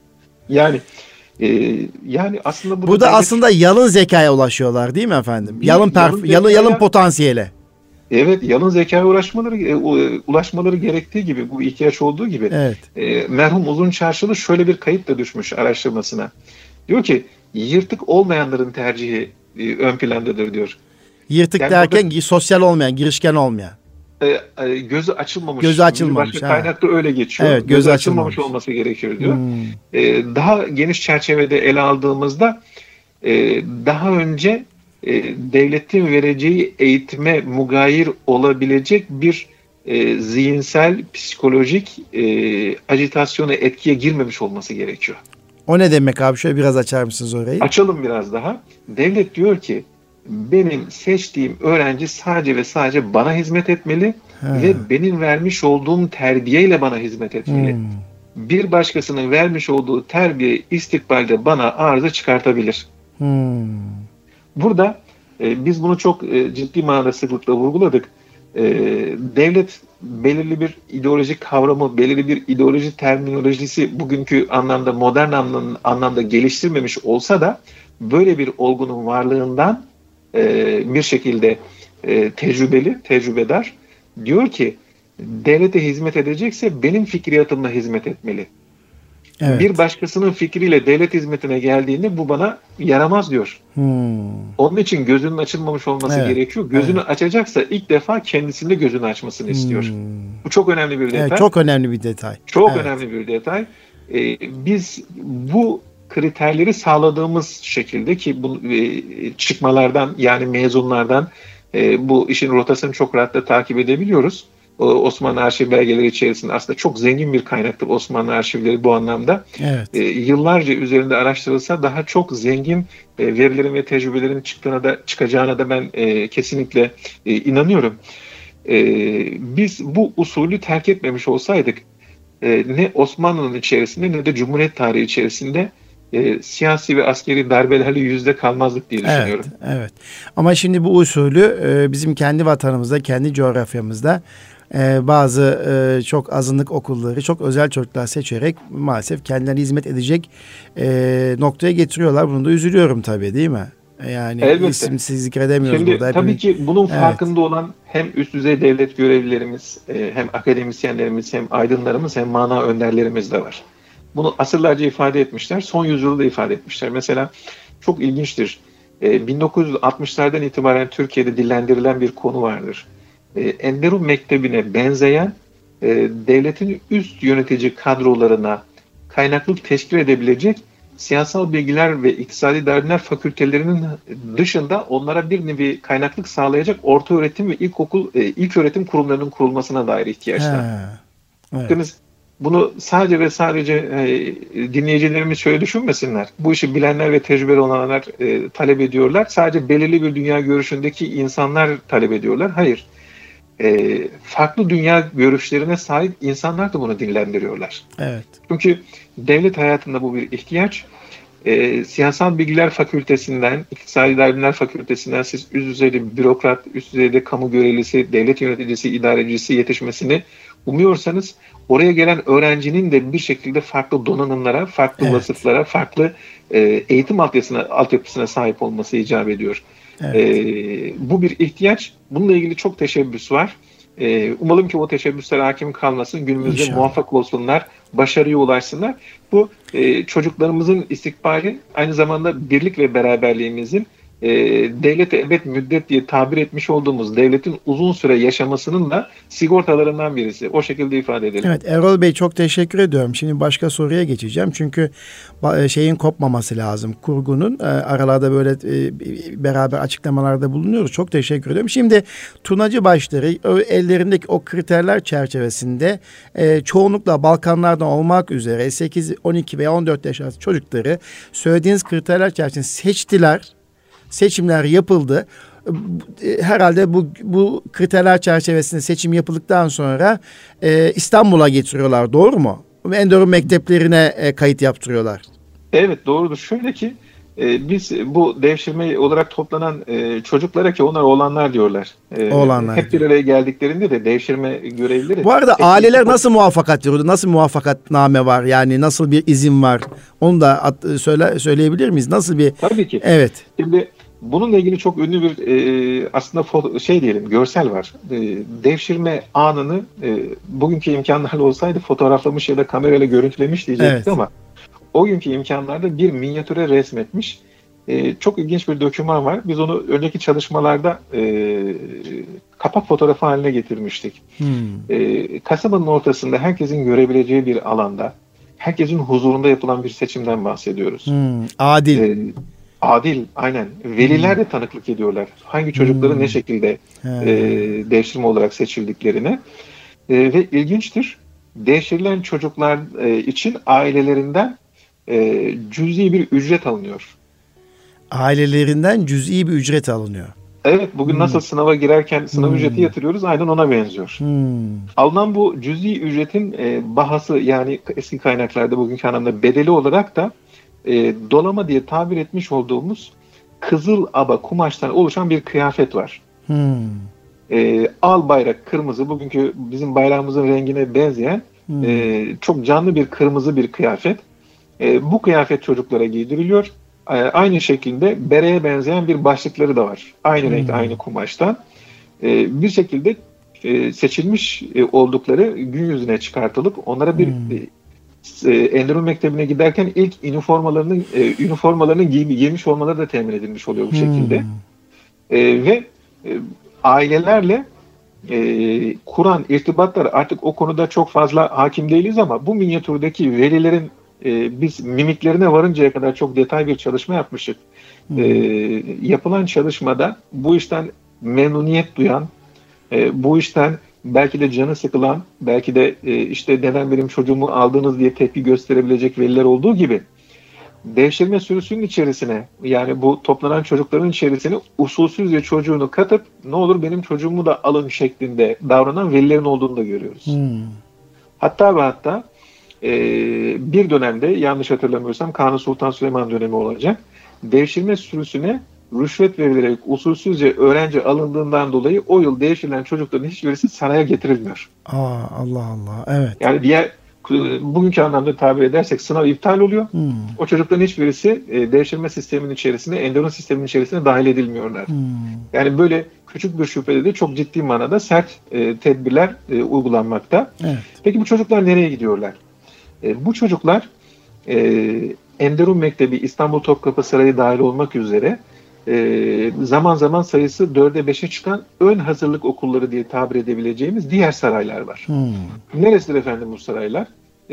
Yani aslında bu da aslında yalın zekaya ulaşıyorlar değil mi efendim? Yalın potansiyele. Evet, yalın zekaya ulaşmaları gerektiği gibi, bu ihtiyaç olduğu gibi. Evet. Merhum Uzun Çarşılı şöyle bir kayıt da düşmüş araştırmasına. Diyor ki, yırtık olmayanların tercihi ön plandadır diyor. Yırtık yani derken sosyal olmayan, girişken olmayan. Gözü açılmamış. Gözü açılmamış. Başka kaynakta öyle geçiyor. Evet, gözü açılmamış olması gerekir diyor. Daha geniş çerçevede ele aldığımızda daha önce devletin vereceği eğitime mugayir olabilecek bir zihinsel, psikolojik ajitasyona, etkiye girmemiş olması gerekiyor. O ne demek abi? Şöyle biraz açar mısınız orayı? Açalım biraz daha. Devlet diyor ki benim seçtiğim öğrenci sadece ve sadece bana hizmet etmeli ve benim vermiş olduğum terbiyeyle bana hizmet etmeli. Bir başkasının vermiş olduğu terbiye istikbalde bana arıza çıkartabilir. Burada biz bunu çok ciddi manada sıklıkla vurguladık. Devlet belirli bir ideolojik kavramı, belirli bir ideoloji terminolojisi bugünkü anlamda, modern anlamda geliştirmemiş olsa da böyle bir olgunun varlığından bir şekilde tecrübedar diyor ki devlete hizmet edecekse benim fikriyatımla hizmet etmeli. Evet. Bir başkasının fikriyle devlet hizmetine geldiğinde bu bana yaramaz diyor. Onun için gözünün açılmamış olması gerekiyor. Gözünü açacaksa ilk defa kendisinde gözünü açmasını istiyor. Bu çok önemli bir detay. Evet, çok önemli bir detay. Çok önemli bir detay. Biz bu kriterleri sağladığımız şekilde ki bu çıkmalardan yani mezunlardan bu işin rotasını çok rahatla takip edebiliyoruz. Osmanlı arşiv belgeleri içerisinde aslında çok zengin bir kaynaktır Osmanlı arşivleri bu anlamda. Evet. Yıllarca üzerinde araştırılsa daha çok zengin verilerin ve tecrübelerin çıkacağına da ben kesinlikle inanıyorum. Biz bu usulü terk etmemiş olsaydık ne Osmanlı'nın içerisinde ne de Cumhuriyet tarihi içerisinde siyasi ve askeri darbelerle yüzde kalmazdık diye düşünüyorum. Evet. Ama şimdi bu usulü bizim kendi vatanımızda, kendi coğrafyamızda bazı çok azınlık okulları, çok özel çocuklar seçerek maalesef kendilerine hizmet edecek noktaya getiriyorlar. Bunu da üzülüyorum tabii, değil mi? Yani Elbette. isimsiz zikredemiyoruz Şimdi, burada. tabii ki bunun farkında olan hem üst düzey devlet görevlilerimiz, hem akademisyenlerimiz, hem aydınlarımız, hem mana önderlerimiz de var. Bunu asırlarca ifade etmişler, son yüzyılda ifade etmişler. Mesela çok ilginçtir. 1960'lardan itibaren Türkiye'de dillendirilen bir konu vardır. Enderun Mektebi'ne benzeyen devletin üst yönetici kadrolarına kaynaklık teşkil edebilecek siyasal bilgiler ve iktisadi dernekler fakültelerinin dışında onlara bir nevi kaynaklık sağlayacak orta öğretim ve ilk öğretim kurumlarının kurulmasına dair ihtiyaçlar. Bakınız, bunu sadece ve sadece dinleyicilerimiz şöyle düşünmesinler. Bu işi bilenler ve tecrübeli olanlar talep ediyorlar. Sadece belirli bir dünya görüşündeki insanlar talep ediyorlar. Hayır. Farklı dünya görüşlerine sahip insanlar da bunu dillendiriyorlar. Evet. Çünkü devlet hayatında bu bir ihtiyaç. Siyasal Bilgiler Fakültesinden, İktisadi Bilimler Fakültesinden siz üst düzeyde bir bürokrat, üst düzeyde kamu görevlisi, devlet yöneticisi, idarecisi yetişmesini umuyorsanız oraya gelen öğrencinin de bir şekilde farklı donanımlara, farklı vasıflara, farklı eğitim altyapısına sahip olması icap ediyor. Evet. Bu bir ihtiyaç. Bununla ilgili çok teşebbüs var. Umalım ki o teşebbüsler hakim kalmasın. Günümüzde İnşallah muvaffak olsunlar, başarıya ulaşsınlar. Bu çocuklarımızın istikbali, aynı zamanda birlik ve beraberliğimizin, devlete ebed müddet diye tabir etmiş olduğumuz devletin uzun süre yaşamasının da sigortalarından birisi. O şekilde ifade edelim. Evet Erol Bey, çok teşekkür ediyorum. Şimdi başka soruya geçeceğim. Çünkü şeyin kopmaması lazım. Kurgunun aralarda böyle beraber açıklamalarda bulunuyoruz. Çok teşekkür ediyorum. Şimdi Tunacı başları ellerindeki o kriterler çerçevesinde çoğunlukla Balkanlardan olmak üzere 8, 12 veya 14 yaş arası çocukları söylediğiniz kriterler çerçevesinde seçtiler. Seçimler yapıldı. Herhalde bu kriterler çerçevesinde seçim yapıldıktan sonra İstanbul'a getiriyorlar. Doğru mu? Enderun mekteplerine kayıt yaptırıyorlar. Evet, doğrudur. Şöyle ki biz bu devşirme olarak toplanan çocuklara, ki onlar oğlanlar diyorlar. Oğlanlar hep bir araya geldiklerinde de devşirme görevlileri. Bu arada aileler nasıl muvaffakat veriyordu? Nasıl muvaffakatname var? Yani nasıl bir izin var? Onu da söyleyebilir miyiz? Nasıl bir? Tabii ki. Evet. Şimdi bununla ilgili çok ünlü bir aslında görsel var. Devşirme anını bugünkü imkanlarla olsaydı fotoğraflamış ya da kamerayla görüntülemiş diyecektik, ama o günkü imkanlarda bir minyatüre resmetmiş. Çok ilginç bir doküman var. Biz onu önceki çalışmalarda kapak fotoğrafı haline getirmiştik. Kasabanın ortasında herkesin görebileceği bir alanda, herkesin huzurunda yapılan bir seçimden bahsediyoruz. Adil. Adil, aynen. Veliler de tanıklık ediyorlar. Hangi çocukları ne şekilde devşirme olarak seçildiklerine. Ve ilginçtir, devşirilen çocuklar için ailelerinden cüzi bir ücret alınıyor. Ailelerinden cüzi bir ücret alınıyor. Evet, bugün nasıl sınava girerken sınav ücreti yatırıyoruz, aynen ona benziyor. Alınan bu cüzi ücretin bahası, yani eski kaynaklarda bugünkü anlamda bedeli olarak da dolama diye tabir etmiş olduğumuz kızıl aba kumaştan oluşan bir kıyafet var. Al bayrak kırmızı, bugünkü bizim bayrağımızın rengine benzeyen çok canlı bir kırmızı bir kıyafet. Bu kıyafet çocuklara giydiriliyor. Aynı şekilde bereye benzeyen bir başlıkları da var. Aynı renkte, aynı kumaştan. Bir şekilde seçilmiş oldukları gün yüzüne çıkartılıp onlara bir Enderun Mektebi'ne giderken ilk üniformalarını giymiş olmaları da temin edilmiş oluyor bu şekilde. Ve ailelerle kuran irtibatlar, artık o konuda çok fazla hakim değiliz ama bu minyatürdeki velilerin biz mimiklerine varıncaya kadar çok detay bir çalışma yapmıştık. Yapılan çalışmada bu işten memnuniyet duyan, bu işten belki de canı sıkılan, belki de işte neden benim çocuğumu aldınız diye tepki gösterebilecek veliler olduğu gibi, devşirme sürüsünün içerisine, yani bu toplanan çocukların içerisine usulsüzce çocuğunu katıp ne olur benim çocuğumu da alın şeklinde davranan velilerin olduğunu da görüyoruz. Hatta ve hatta bir dönemde, yanlış hatırlamıyorsam Kanuni Sultan Süleyman dönemi olacak, devşirme sürüsüne rüşvet verilerek usulsüzce öğrenci alındığından dolayı o yıl devşirilen çocukların hiçbirisi saraya getirilmiyor. Allah Allah, evet. Yani bugünkü anlamda tabir edersek sınav iptal oluyor. O çocukların hiçbirisi devşirme sisteminin içerisine, Enderun sisteminin içerisine dahil edilmiyorlar. Yani böyle küçük bir şüphede de çok ciddi manada sert tedbirler uygulanmakta. Evet. Peki bu çocuklar nereye gidiyorlar? Bu çocuklar Enderun Mektebi, İstanbul Topkapı Sarayı dahil olmak üzere zaman zaman sayısı 4'e 5'e çıkan ön hazırlık okulları diye tabir edebileceğimiz diğer saraylar var. Neresidir efendim bu saraylar?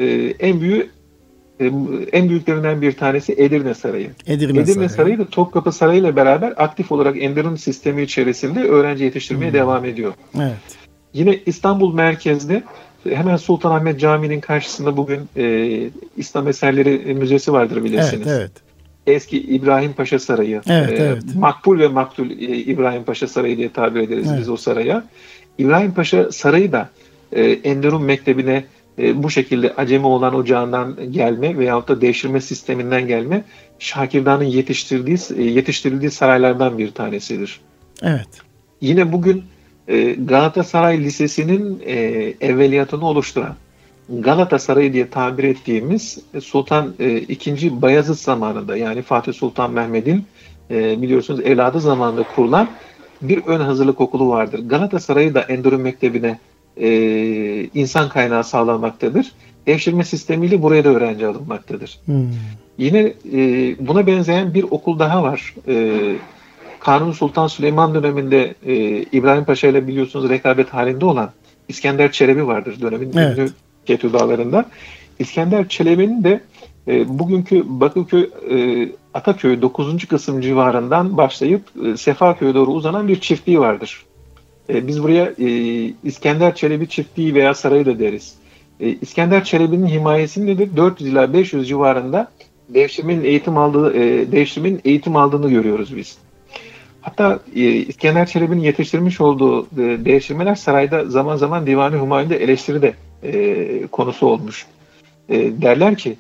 En büyüklerinden bir tanesi Edirne Sarayı. Edirne Sarayı da Topkapı Sarayı ile beraber aktif olarak Enderun sistemi içerisinde öğrenci yetiştirmeye devam ediyor. Evet. Yine İstanbul merkezde hemen Sultanahmet Camii'nin karşısında bugün İslam Eserleri Müzesi vardır, bilirsiniz. Evet, evet. Eski İbrahim Paşa Sarayı, evet. Makbul ve Maktul İbrahim Paşa Sarayı diye tabir ederiz biz o saraya. İbrahim Paşa Sarayı da Enderun Mektebi'ne bu şekilde Acemi olan ocağından gelme veyahut da devşirme sisteminden gelme şakirdağının yetiştirildiği saraylardan bir tanesidir. Evet. Yine bugün Galatasaray Lisesi'nin evveliyatını oluşturan Galatasaray diye tabir ettiğimiz Sultan II. Bayezid zamanında, yani Fatih Sultan Mehmet'in biliyorsunuz evladı zamanında kurulan bir ön hazırlık okulu vardır. Galatasaray'ı da Enderun Mektebi'ne insan kaynağı sağlanmaktadır. Devşirme sistemiyle buraya da öğrenci alınmaktadır. Yine buna benzeyen bir okul daha var. Kanuni Sultan Süleyman döneminde İbrahim Paşa ile biliyorsunuz rekabet halinde olan İskender Çelebi vardır dönemin ünlü Ketü Dağları'nda. İskender Çelebi'nin de bugünkü Bakırköy, Ataköy 9. kısım civarından başlayıp Sefaköy'e doğru uzanan bir çiftliği vardır. Biz buraya İskender Çelebi çiftliği veya sarayı da deriz. İskender Çelebi'nin himayesindedir. 400 ila 500 civarında devşirmenin eğitim aldığını görüyoruz biz. Hatta İskender Çelebi'nin yetiştirmiş olduğu devşirmeler sarayda zaman zaman Divan-ı Hümayun'da eleştiri de konusu olmuş. Derler ki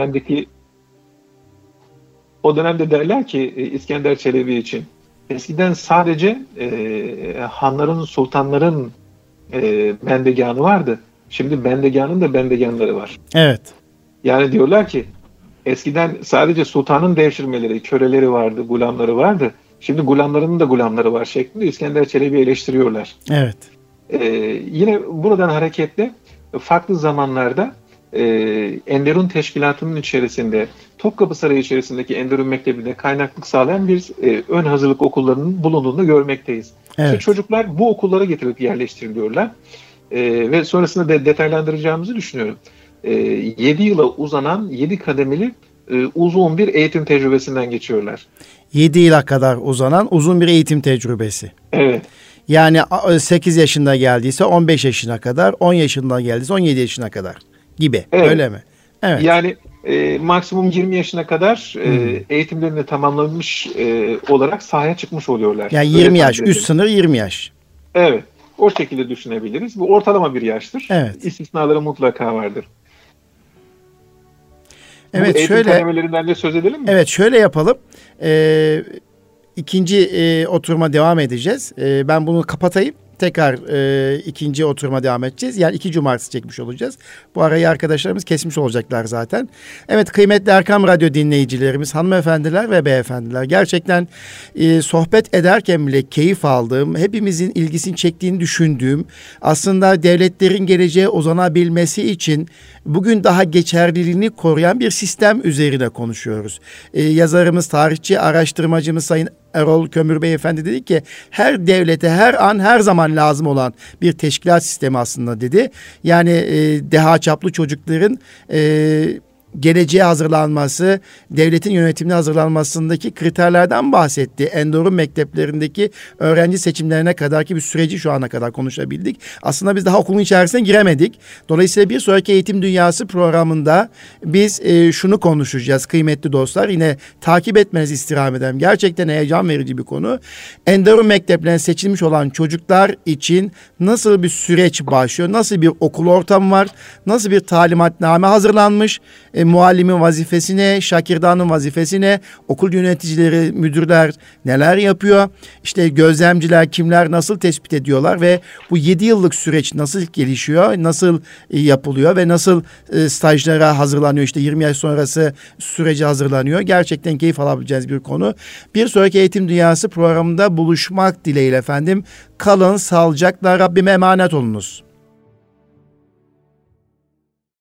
o dönemde derler ki İskender Çelebi için eskiden sadece hanların, sultanların bendeganı vardı. Şimdi bendeganın da bendeganları var. Evet. Yani diyorlar ki eskiden sadece sultanın devşirmeleri, köleleri vardı, gulamları vardı. Şimdi gulamlarının da gulamları var şeklinde İskender Çelebi'yi eleştiriyorlar. Evet. Yine buradan hareketle farklı zamanlarda Enderun Teşkilatı'nın içerisinde, Topkapı Sarayı içerisindeki Enderun Mektebi'ne kaynaklık sağlayan bir ön hazırlık okullarının bulunduğunu görmekteyiz. Evet. İşte çocuklar bu okullara getirilip yerleştiriliyorlar. Ve sonrasında da detaylandıracağımızı düşünüyorum. 7 yıla uzanan 7 kademeli uzun bir eğitim tecrübesinden geçiyorlar. 7 yıla kadar uzanan uzun bir eğitim tecrübesi. Evet. Yani 8 yaşında geldiyse 15 yaşına kadar, 10 yaşında geldiyse 17 yaşına kadar gibi. Evet. Öyle mi? Evet. Yani maksimum 20 yaşına kadar eğitimlerini tamamlamış olarak sahaya çıkmış oluyorlar. Yani 20 yaş, üst sınır 20 yaş. Evet. O şekilde düşünebiliriz. Bu ortalama bir yaştır. Evet. İstisnaları mutlaka vardır. Evet, bu eğitim şöyle kademelerinden de söz edelim mi? Evet, şöyle yapalım. İkinci oturuma devam edeceğiz. Ben bunu kapatayım. tekrar ikinci oturuma devam edeceğiz. Yani 2 cumartesi çekmiş olacağız. Bu arayı arkadaşlarımız kesmiş olacaklar zaten. Evet, kıymetli Erkam Radyo dinleyicilerimiz, hanımefendiler ve beyefendiler, gerçekten sohbet ederken bile keyif aldığım, hepimizin ilgisini çektiğini düşündüğüm, aslında devletlerin geleceğe uzanabilmesi için bugün daha geçerliliğini koruyan bir sistem üzerine konuşuyoruz. Yazarımız, tarihçi, araştırmacımız Sayın Erol Kömür Beyefendi dedi ki her devlete her an her zaman lazım olan bir teşkilat sistemi aslında dedi. Yani deha çaplı çocukların geleceğe hazırlanması, devletin yönetimine hazırlanmasındaki kriterlerden bahsetti. Endorun mekteplerindeki öğrenci seçimlerine kadarki bir süreci şu ana kadar konuşabildik. Aslında biz daha okulun içerisine giremedik. Dolayısıyla bir sonraki Eğitim Dünyası programında biz şunu konuşacağız kıymetli dostlar. Yine takip etmenizi istirham ederim. Gerçekten heyecan verici bir konu. Endorun mekteplerine seçilmiş olan çocuklar için nasıl bir süreç başlıyor? Nasıl bir okul ortamı var? Nasıl bir talimatname hazırlanmış? Muallimin vazifesine, şakirdanın vazifesine, okul yöneticileri, müdürler neler yapıyor? İşte gözlemciler kimler, nasıl tespit ediyorlar ve bu 7 yıllık süreç nasıl gelişiyor, nasıl yapılıyor ve nasıl stajlara hazırlanıyor? İşte 20 yaş sonrası sürece hazırlanıyor. Gerçekten keyif alabileceğiniz bir konu. Bir sonraki Eğitim Dünyası programında buluşmak dileğiyle efendim. Kalın, sağlıcakla, Rabbime emanet olunuz.